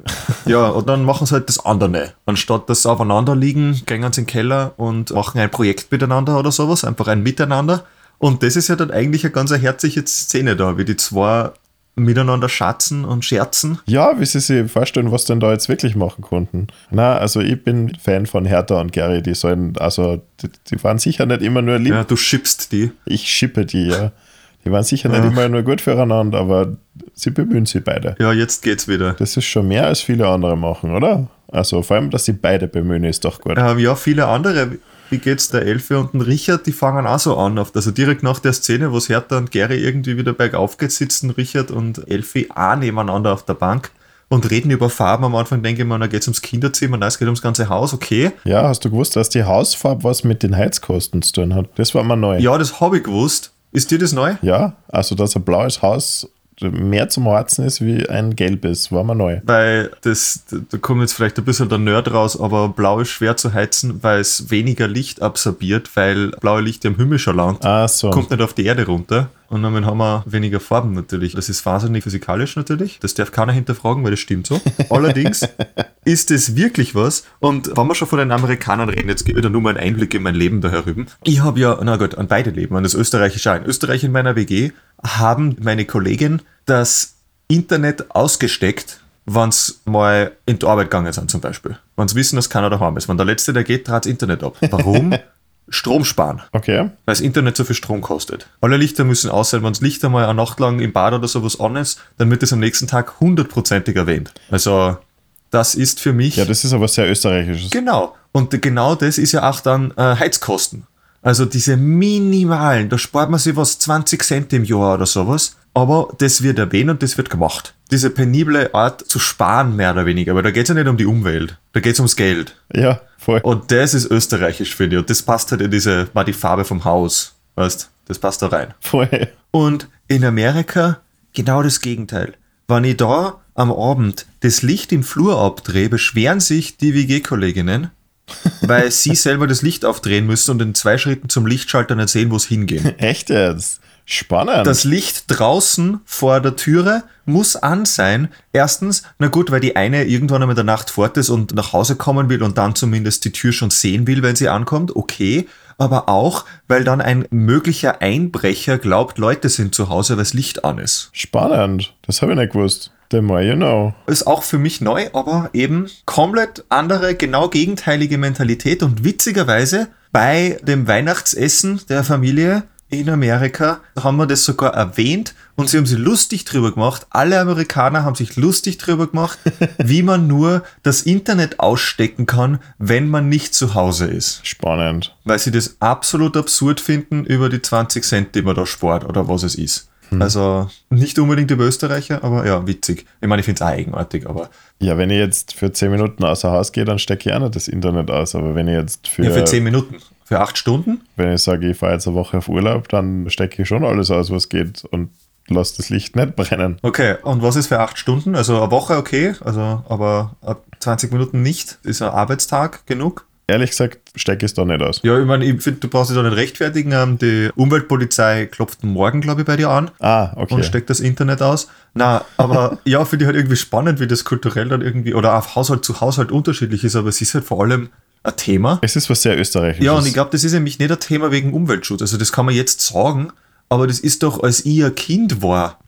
Speaker 1: Ja, und dann machen sie halt das andere. Anstatt dass sie aufeinander liegen, gehen sie in den Keller und machen ein Projekt miteinander oder sowas, einfach ein Miteinander. Und das ist ja dann eigentlich eine ganz herzliche Szene da, wie die zwei miteinander schatzen und scherzen.
Speaker 2: Ja, wie sie sich vorstellen, was denn da jetzt wirklich machen konnten. Na, also ich bin Fan von Hertha und Gary, die sollen, also die, die waren sicher nicht immer nur lieb.
Speaker 1: Ja, du schippst die.
Speaker 2: Ich schippe die, ja. Die waren sicher
Speaker 1: Ja.
Speaker 2: nicht immer nur gut füreinander, aber sie bemühen sich beide.
Speaker 1: Ja, jetzt geht's wieder.
Speaker 2: Das ist schon mehr, als viele andere machen, oder? Also vor allem, dass sie beide bemühen, ist doch gut.
Speaker 1: Ähm, ja, viele andere. Wie geht's der Elfe und dem Richard? Die fangen auch so an. Also direkt nach der Szene, wo es Hertha und Gary irgendwie wieder bergauf geht, sitzen Richard und Elfi auch nebeneinander auf der Bank und reden über Farben. Am Anfang denke ich mir, da geht's ums Kinderzimmer, nein, es geht ums ganze Haus, okay.
Speaker 2: Ja, hast du gewusst, dass die Hausfarbe was mit den Heizkosten zu tun hat? Das war mal neu.
Speaker 1: Ja, das habe ich gewusst. Ist dir das neu?
Speaker 2: Ja, also dass ein blaues Haus mehr zum Harzen ist wie ein gelbes, war mal neu.
Speaker 1: Weil das, da kommt jetzt vielleicht ein bisschen der Nerd raus, aber blau ist schwer zu heizen, weil es weniger Licht absorbiert, weil blaue Licht ja im Himmel schon langt.
Speaker 2: Ah, so.
Speaker 1: Kommt nicht auf die Erde runter und damit haben wir weniger Farben natürlich. Das ist wahnsinnig physikalisch natürlich. Das darf keiner hinterfragen, weil das stimmt so. Allerdings ist es wirklich was. Und wenn wir schon von den Amerikanern reden, jetzt gebe ich da nur mal einen Einblick in mein Leben da herüben. Ich habe ja, na gut, an beide Leben, an das österreichische auch. In Österreich in meiner W G haben meine Kollegin das Internet ausgesteckt, wenn sie mal in die Arbeit gegangen sind zum Beispiel. Wenn sie wissen, dass keiner daheim ist. Wenn der Letzte, der geht, dreht das Internet ab. Warum? Strom sparen.
Speaker 2: Okay.
Speaker 1: Weil das Internet so viel Strom kostet. Alle Lichter müssen aus sein. Wenn das Licht einmal eine Nacht lang im Bad oder sowas an ist, dann wird es am nächsten Tag hundertprozentig erwähnt. Also das ist für mich...
Speaker 2: Ja, das ist aber sehr österreichisches.
Speaker 1: Genau. Und genau das ist ja auch dann äh, Heizkosten. Also diese minimalen, da spart man sich was zwanzig Cent im Jahr oder sowas. Aber das wird erwähnt und das wird gemacht. Diese penible Art zu sparen, mehr oder weniger. Aber da geht es ja nicht um die Umwelt. Da geht es ums Geld.
Speaker 2: Ja, voll.
Speaker 1: Und das ist österreichisch, finde ich. Und das passt halt in diese, mal die Farbe vom Haus. Weißt, das passt da rein.
Speaker 2: Voll.
Speaker 1: Und in Amerika genau das Gegenteil. Wenn ich da am Abend das Licht im Flur abdrehe, beschweren sich die W G-Kolleginnen, weil sie selber das Licht aufdrehen müssen und in zwei Schritten zum Lichtschalter nicht sehen, wo es hingeht.
Speaker 2: Echt jetzt? Spannend.
Speaker 1: Das Licht draußen vor der Türe muss an sein. Erstens, na gut, weil die eine irgendwann einmal in der Nacht fort ist und nach Hause kommen will und dann zumindest die Tür schon sehen will, wenn sie ankommt. Okay. Aber auch, weil dann ein möglicher Einbrecher glaubt, Leute sind zu Hause, weil das Licht an ist.
Speaker 2: Spannend. Das habe ich nicht gewusst. The more you know.
Speaker 1: Ist auch für mich neu, aber eben komplett andere, genau gegenteilige Mentalität. Und witzigerweise bei dem Weihnachtsessen der Familie in Amerika haben wir das sogar erwähnt und sie haben sich lustig drüber gemacht. Alle Amerikaner haben sich lustig drüber gemacht, wie man nur das Internet ausstecken kann, wenn man nicht zu Hause ist.
Speaker 2: Spannend.
Speaker 1: Weil sie das absolut absurd finden über die zwanzig Cent, die man da spart oder was es ist. Hm. Also nicht unbedingt über Österreicher, aber ja, witzig. Ich meine, ich finde es auch eigenartig, aber...
Speaker 2: Ja, wenn ich jetzt für zehn Minuten außer Haus gehe, dann stecke ich auch nicht das Internet aus. Aber wenn ich jetzt für...
Speaker 1: Ja, für zehn Minuten. Für acht Stunden?
Speaker 2: Wenn ich sage, ich fahre jetzt eine Woche auf Urlaub, dann stecke ich schon alles aus, was geht und lasse das Licht nicht brennen.
Speaker 1: Okay, und was ist für acht Stunden? Also eine Woche okay, also aber zwanzig Minuten nicht. Ist ein Arbeitstag genug?
Speaker 2: Ehrlich gesagt, stecke ich es da nicht aus.
Speaker 1: Ja, ich meine, ich finde, du brauchst dich da nicht rechtfertigen. Die Umweltpolizei klopft morgen, glaube ich, bei dir an.
Speaker 2: Ah, okay.
Speaker 1: Und steckt das Internet aus. Na, aber ja, finde ich halt irgendwie spannend, wie das kulturell dann irgendwie, oder auf Haushalt zu Haushalt unterschiedlich ist, aber es ist halt vor allem ein Thema.
Speaker 2: Es ist was sehr Österreichisches.
Speaker 1: Ja, und ich glaube, das ist nämlich nicht ein Thema wegen Umweltschutz. Also das kann man jetzt sagen, aber das ist doch, als ich ein Kind war,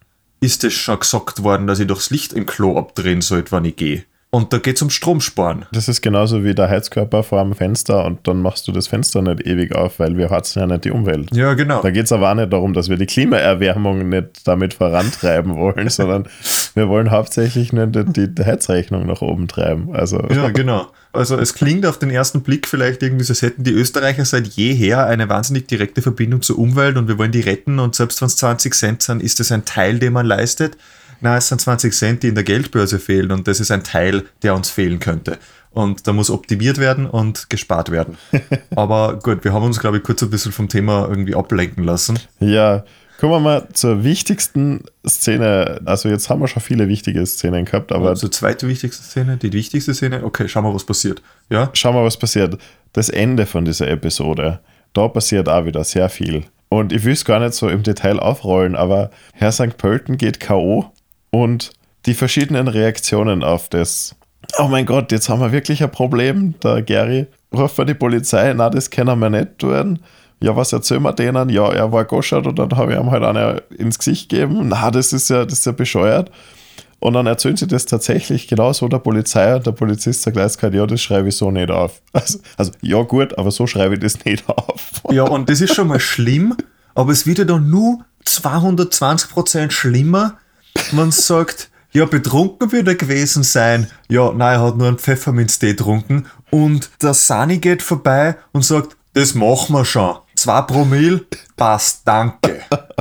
Speaker 1: ist es schon gesagt worden, dass ich doch das Licht im Klo abdrehen sollte, wenn ich gehe. Und da geht es um Stromsparen.
Speaker 2: Das ist genauso wie der Heizkörper vor dem Fenster und dann machst du das Fenster nicht ewig auf, weil wir heizen ja nicht die Umwelt.
Speaker 1: Ja, genau.
Speaker 2: Da geht es aber auch nicht darum, dass wir die Klimaerwärmung nicht damit vorantreiben wollen, sondern wir wollen hauptsächlich nur die, die Heizrechnung nach oben treiben. Also.
Speaker 1: Ja, genau. Also es klingt auf den ersten Blick vielleicht irgendwie so, als hätten die Österreicher seit jeher eine wahnsinnig direkte Verbindung zur Umwelt und wir wollen die retten und selbst wenn es zwanzig Cent sind, ist das ein Teil, den man leistet. Nein, es sind zwanzig Cent, die in der Geldbörse fehlen und das ist ein Teil, der uns fehlen könnte. Und da muss optimiert werden und gespart werden. Aber gut, wir haben uns, glaube ich, kurz ein bisschen vom Thema irgendwie ablenken lassen.
Speaker 2: Ja, kommen wir mal zur wichtigsten Szene. Also jetzt haben wir schon viele wichtige Szenen gehabt, aber...
Speaker 1: Also zweite wichtigste Szene, die wichtigste Szene? Okay, schauen wir, was passiert. Ja?
Speaker 2: Schauen wir, was passiert. Das Ende von dieser Episode, da passiert auch wieder sehr viel. Und ich will es gar nicht so im Detail aufrollen, aber Herr Sankt Pölten geht K O und die verschiedenen Reaktionen auf das. Oh mein Gott, jetzt haben wir wirklich ein Problem. Der Gary ruft für die Polizei, na, das können wir nicht tun. Ja, was erzählen wir denen? Ja, er war goschert und dann habe ich ihm halt eine ins Gesicht gegeben. Na, das ist ja, das ist ja bescheuert. Und dann erzählen sie das tatsächlich genauso der Polizei und der Polizist sagt gleich, ja, das schreibe ich so nicht auf. Also, also ja gut, aber so schreibe ich das nicht auf.
Speaker 1: Ja, und das ist schon mal schlimm, aber es wird ja dann nur zweihundertzwanzig Prozent schlimmer. Man sagt, ja, betrunken wird er gewesen sein. Ja, nein, er hat nur einen Pfefferminztee getrunken. Und der Sani geht vorbei und sagt, das machen wir schon. Zwei Promille, passt, danke.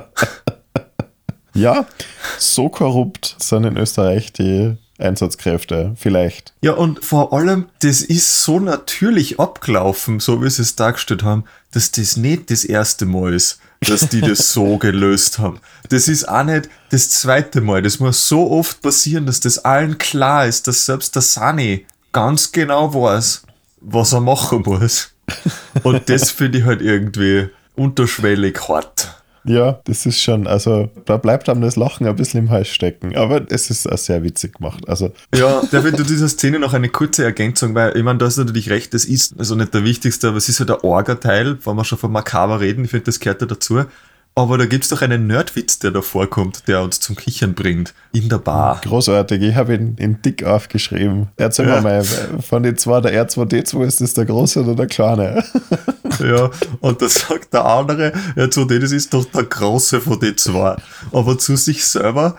Speaker 2: Ja, so korrupt sind in Österreich die Einsatzkräfte, vielleicht.
Speaker 1: Ja, und vor allem, das ist so natürlich abgelaufen, so wie sie es dargestellt haben, dass das nicht das erste Mal ist, dass die das so gelöst haben. Das ist auch nicht das zweite Mal. Das muss so oft passieren, dass das allen klar ist, dass selbst der Sani ganz genau weiß, was er machen muss. Und das finde ich halt irgendwie unterschwellig hart.
Speaker 2: Ja, das ist schon, also da bleibt einem das Lachen ein bisschen im Hals stecken, aber es ist auch sehr witzig gemacht. Also.
Speaker 1: Ja, da wird zu dieser Szene noch eine kurze Ergänzung, weil ich meine, da ist natürlich recht, das ist also nicht der wichtigste, aber es ist ja der Orga-Teil, wenn wir schon von Makaber reden, ich finde, das gehört ja dazu. Aber da gibt es doch einen Nerdwitz, der da vorkommt, der uns zum Kichern bringt, in der Bar.
Speaker 2: Großartig, ich habe ihn in dick aufgeschrieben. Erzähl ja. mal, von den zwei, der R zwei D zwei, ist das der große oder der kleine?
Speaker 1: Ja, und da sagt der andere, R zwei D, das ist doch der große von den zwei. Aber zu sich selber.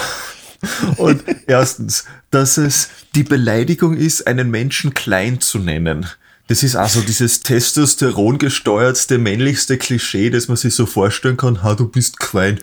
Speaker 1: Und erstens, dass es die Beleidigung ist, einen Menschen klein zu nennen. Das ist also dieses Testosteron gesteuertste, männlichste Klischee, das man sich so vorstellen kann. Ha, du bist klein.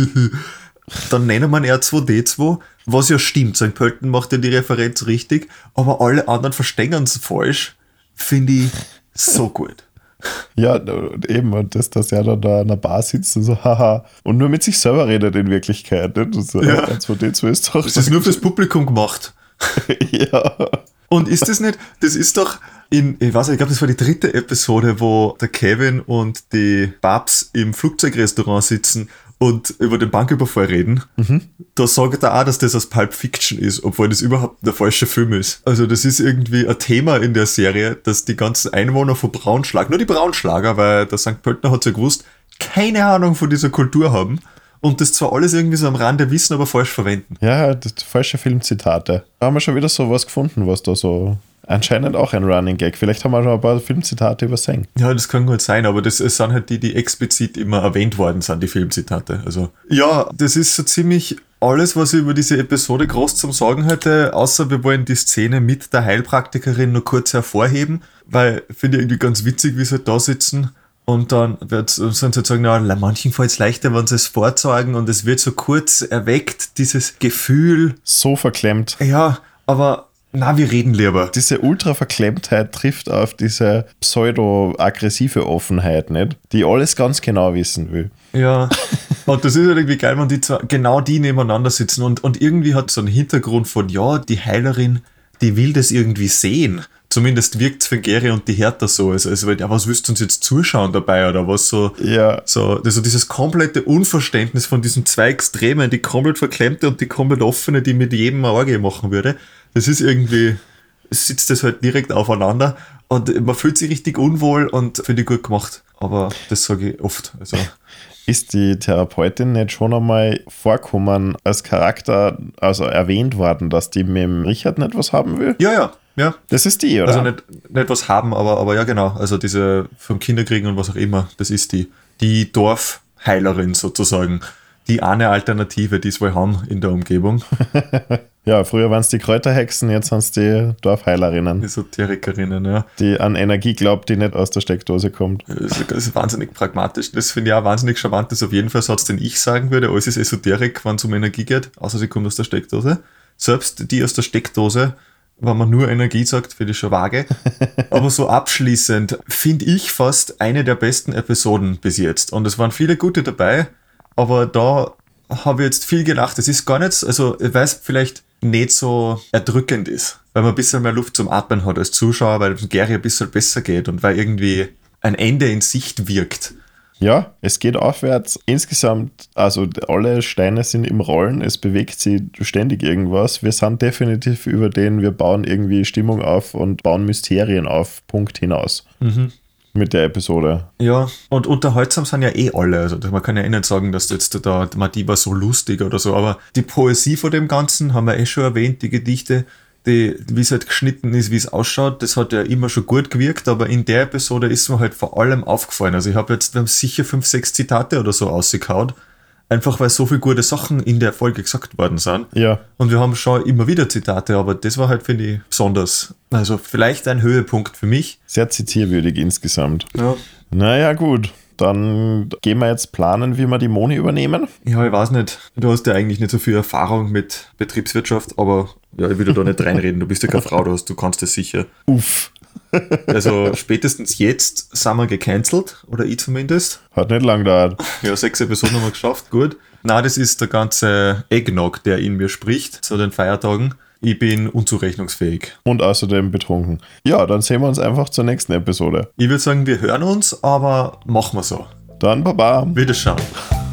Speaker 1: Dann nennen wir R zwei D zwei, was ja stimmt. Sankt Pölten macht ja die Referenz richtig, aber alle anderen verstehen es falsch. Finde ich so gut.
Speaker 2: Ja, eben, und dass, dass er dann da in der Bar sitzt und so, haha, und nur mit sich selber redet in Wirklichkeit. Ne? Das,
Speaker 1: ja.
Speaker 2: R zwei D zwei ist doch.
Speaker 1: Das ist nur fürs Publikum gemacht.
Speaker 2: Ja.
Speaker 1: Und ist das nicht, das ist doch in, ich weiß nicht, ich glaube, das war die dritte Episode, wo der Kevin und die Babs im Flugzeugrestaurant sitzen und über den Banküberfall reden. Mhm. Da sagt er auch, dass das aus Pulp Fiction ist, obwohl das überhaupt der falsche Film ist. Also das ist irgendwie ein Thema in der Serie, dass die ganzen Einwohner von Braunschlag, nur die Braunschlager, weil der Sankt Pöltner hat ja gewusst, keine Ahnung von dieser Kultur haben. Und das zwar alles irgendwie so am Rande wissen, aber falsch verwenden.
Speaker 2: Ja, das falsche Filmzitate. Da haben wir schon wieder sowas gefunden, was da so anscheinend auch ein Running Gag. Vielleicht haben wir schon ein paar Filmzitate übersehen.
Speaker 1: Ja, das kann gut sein, aber das sind halt die, die explizit immer erwähnt worden sind, die Filmzitate. Also ja, das ist so ziemlich alles, was ich über diese Episode groß zum Sagen hätte, außer wir wollen die Szene mit der Heilpraktikerin nur kurz hervorheben, weil finde ich irgendwie ganz witzig, wie sie halt da sitzen. Und dann wird sind sie sagen, na, manchen fällt es leichter, wenn sie es vorzeigen und es wird so kurz erweckt, dieses Gefühl.
Speaker 2: So verklemmt.
Speaker 1: Ja, aber na, wir reden lieber.
Speaker 2: Diese Ultra-Verklemmtheit trifft auf diese pseudo-aggressive Offenheit, nicht? Die alles ganz genau wissen will.
Speaker 1: Ja, und das ist halt irgendwie geil, wenn die zwei, genau die nebeneinander sitzen und, und irgendwie hat so einen Hintergrund von, ja, die Heilerin, die will das irgendwie sehen. Zumindest wirkt es für Gary und die Hertha so. Also, also, ja, was willst du uns jetzt zuschauen dabei oder was so?
Speaker 2: Ja.
Speaker 1: So, also dieses komplette Unverständnis von diesen zwei Extremen, die komplett verklemmte und die komplett offene, die mit jedem eine Orgie machen würde. Das ist irgendwie, es sitzt das halt direkt aufeinander und man fühlt sich richtig unwohl und finde ich gut gemacht. Aber das sage ich oft. Also.
Speaker 2: Ist die Therapeutin nicht schon einmal vorkommen als Charakter, also erwähnt worden, dass die mit dem Richard nicht was haben will?
Speaker 1: Ja, ja, ja.
Speaker 2: Das ist die, oder?
Speaker 1: Also nicht, nicht was haben, aber, aber ja genau. Also diese vom Kinderkriegen und was auch immer, das ist die. Die Dorfheilerin sozusagen. Die eine Alternative, die es wohl haben in der Umgebung.
Speaker 2: Ja, früher waren es die Kräuterhexen, jetzt sind es die Dorfheilerinnen.
Speaker 1: Esoterikerinnen, ja.
Speaker 2: Die an Energie glaubt, die nicht aus der Steckdose kommt.
Speaker 1: Das ist, das ist wahnsinnig pragmatisch. Das finde ich auch wahnsinnig charmant. Das ist auf jeden Fall ein Satz, den ich sagen würde. Alles ist Esoterik, wenn es um Energie geht, außer sie kommt aus der Steckdose. Selbst die aus der Steckdose, wenn man nur Energie sagt, finde ich schon vage. Aber so abschließend finde ich fast eine der besten Episoden bis jetzt. Und es waren viele gute dabei, aber da habe ich jetzt viel gelacht. Es ist gar nicht, also ich weiß, vielleicht nicht so erdrückend ist, weil man ein bisschen mehr Luft zum Atmen hat als Zuschauer, weil es Gary ein bisschen besser geht und weil irgendwie ein Ende in Sicht wirkt.
Speaker 2: Ja, es geht aufwärts. Insgesamt, also alle Steine sind im Rollen, es bewegt sich ständig irgendwas. Wir sind definitiv über den, wir bauen irgendwie Stimmung auf und bauen Mysterien auf, Punkt hinaus.
Speaker 1: Mhm.
Speaker 2: Mit der Episode.
Speaker 1: Ja, und unterhaltsam sind ja eh alle. Also man kann ja eh nicht sagen, dass jetzt da, die war so lustig oder so, aber die Poesie von dem Ganzen haben wir eh schon erwähnt, die Gedichte, die, wie es halt geschnitten ist, wie es ausschaut, das hat ja immer schon gut gewirkt, aber in der Episode ist mir halt vor allem aufgefallen. Also ich habe jetzt, wir haben sicher fünf, sechs Zitate oder so ausgekaut, einfach weil so viele gute Sachen in der Folge gesagt worden sind.
Speaker 2: Ja.
Speaker 1: Und wir haben schon immer wieder Zitate, aber das war halt, finde ich, besonders. Also vielleicht ein Höhepunkt für mich.
Speaker 2: Sehr zitierwürdig insgesamt.
Speaker 1: Ja.
Speaker 2: Naja, gut. Dann gehen wir jetzt planen, wie wir die Moni übernehmen.
Speaker 1: Ja, ich weiß nicht. Du hast ja eigentlich nicht so viel Erfahrung mit Betriebswirtschaft, aber ja, ich will da nicht reinreden. Du bist ja keine Frau, du, hast, du kannst das sicher.
Speaker 2: Uff.
Speaker 1: Also spätestens jetzt sind wir gecancelt, oder ich zumindest.
Speaker 2: Hat nicht lang gedauert.
Speaker 1: Ja, sechs Episoden haben wir geschafft, gut. Na, das ist der ganze Eggnog, der in mir spricht, zu den Feiertagen. Ich bin unzurechnungsfähig.
Speaker 2: Und außerdem betrunken. Ja, dann sehen wir uns einfach zur nächsten Episode.
Speaker 1: Ich würde sagen, wir hören uns, aber machen wir so.
Speaker 2: Dann Baba.
Speaker 1: Wiederschauen.